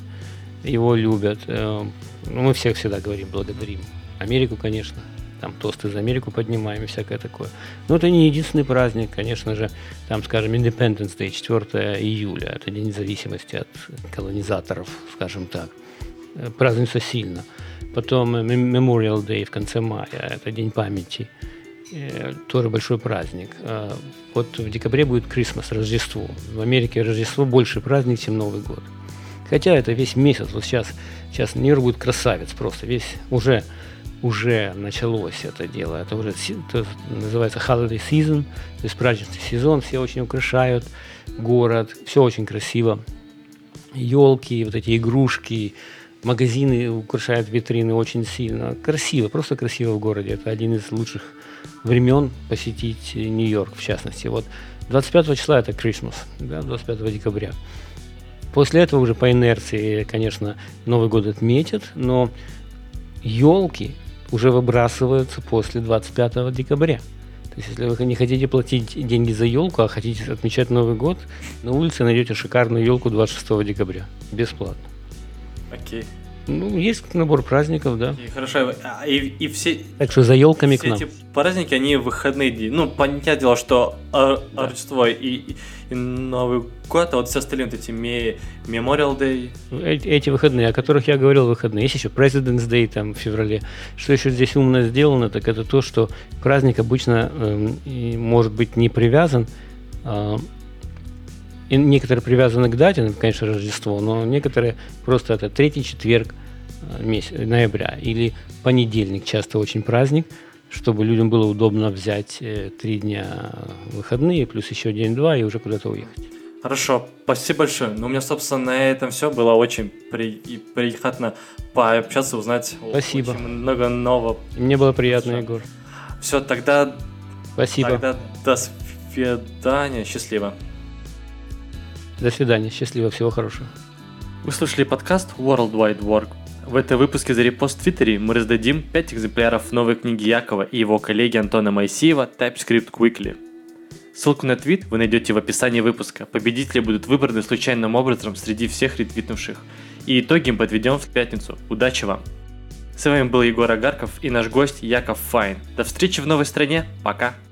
Мы всех всегда говорим, благодарим Америку, конечно. Там тосты за Америку поднимаем и всякое такое. Но это не единственный праздник, конечно же. Там, скажем, Independence Day, 4 июля. Это День независимости от колонизаторов, скажем так. Празднуется сильно. Потом Memorial Day в конце мая. Это День памяти. Тоже большой праздник. Вот в декабре будет Christmas, Рождество. В Америке Рождество больше праздник, чем Новый год. Хотя это весь месяц. Вот сейчас Нью-Йорк будет красавец просто. Уже началось это дело. Это уже называется holiday season, то есть праздничный сезон. Все очень украшают город. Все очень красиво. Елки, вот эти игрушки, магазины украшают витрины очень сильно. Красиво, просто красиво в городе. Это один из лучших времен посетить Нью-Йорк, в частности. Вот 25 числа это Christmas, да, 25 декабря. После этого уже по инерции, конечно, Новый год отметят, но елки уже выбрасываются после 25 декабря. То есть, если вы не хотите платить деньги за елку, а хотите отмечать Новый год, на улице найдете шикарную елку 26 декабря. Бесплатно. Окей. Ну, есть набор праздников, да. И хорошо. И все... Так что за елками к нам. Все эти праздники, они в выходные дни. Ну, понятное дело, что Рождество и Новый год, а вот все остальные вот эти Memorial Day. Эти выходные, о которых я говорил, выходные. Есть еще President's Day там в феврале. Что еще здесь умно сделано, так это то, что праздник обычно может быть не привязан. И некоторые привязаны к дате, конечно, Рождество, но некоторые просто это третий четверг ноября или понедельник, часто очень праздник, чтобы людям было удобно взять 3 дня выходные, плюс еще день-два и уже куда-то уехать. Хорошо, спасибо большое. Ну, у меня, собственно, на этом все. Было очень приятно пообщаться, узнать Спасибо. Очень много нового. Мне было приятно, Егор. Все, тогда... Спасибо. Тогда до свидания. Счастливо. До свидания. Счастливо. Всего хорошего. Вы слушали подкаст World Wide Work. В этом выпуске за репост в Твиттере мы раздадим 5 экземпляров новой книги Якова и его коллеги Антона Моисеева TypeScript Quickly. Ссылку на твит вы найдете в описании выпуска. Победители будут выбраны случайным образом среди всех ретвитнувших. И итоги мы подведем в пятницу. Удачи вам! С вами был Егор Агарков и наш гость Яков Файн. До встречи в новой стране. Пока!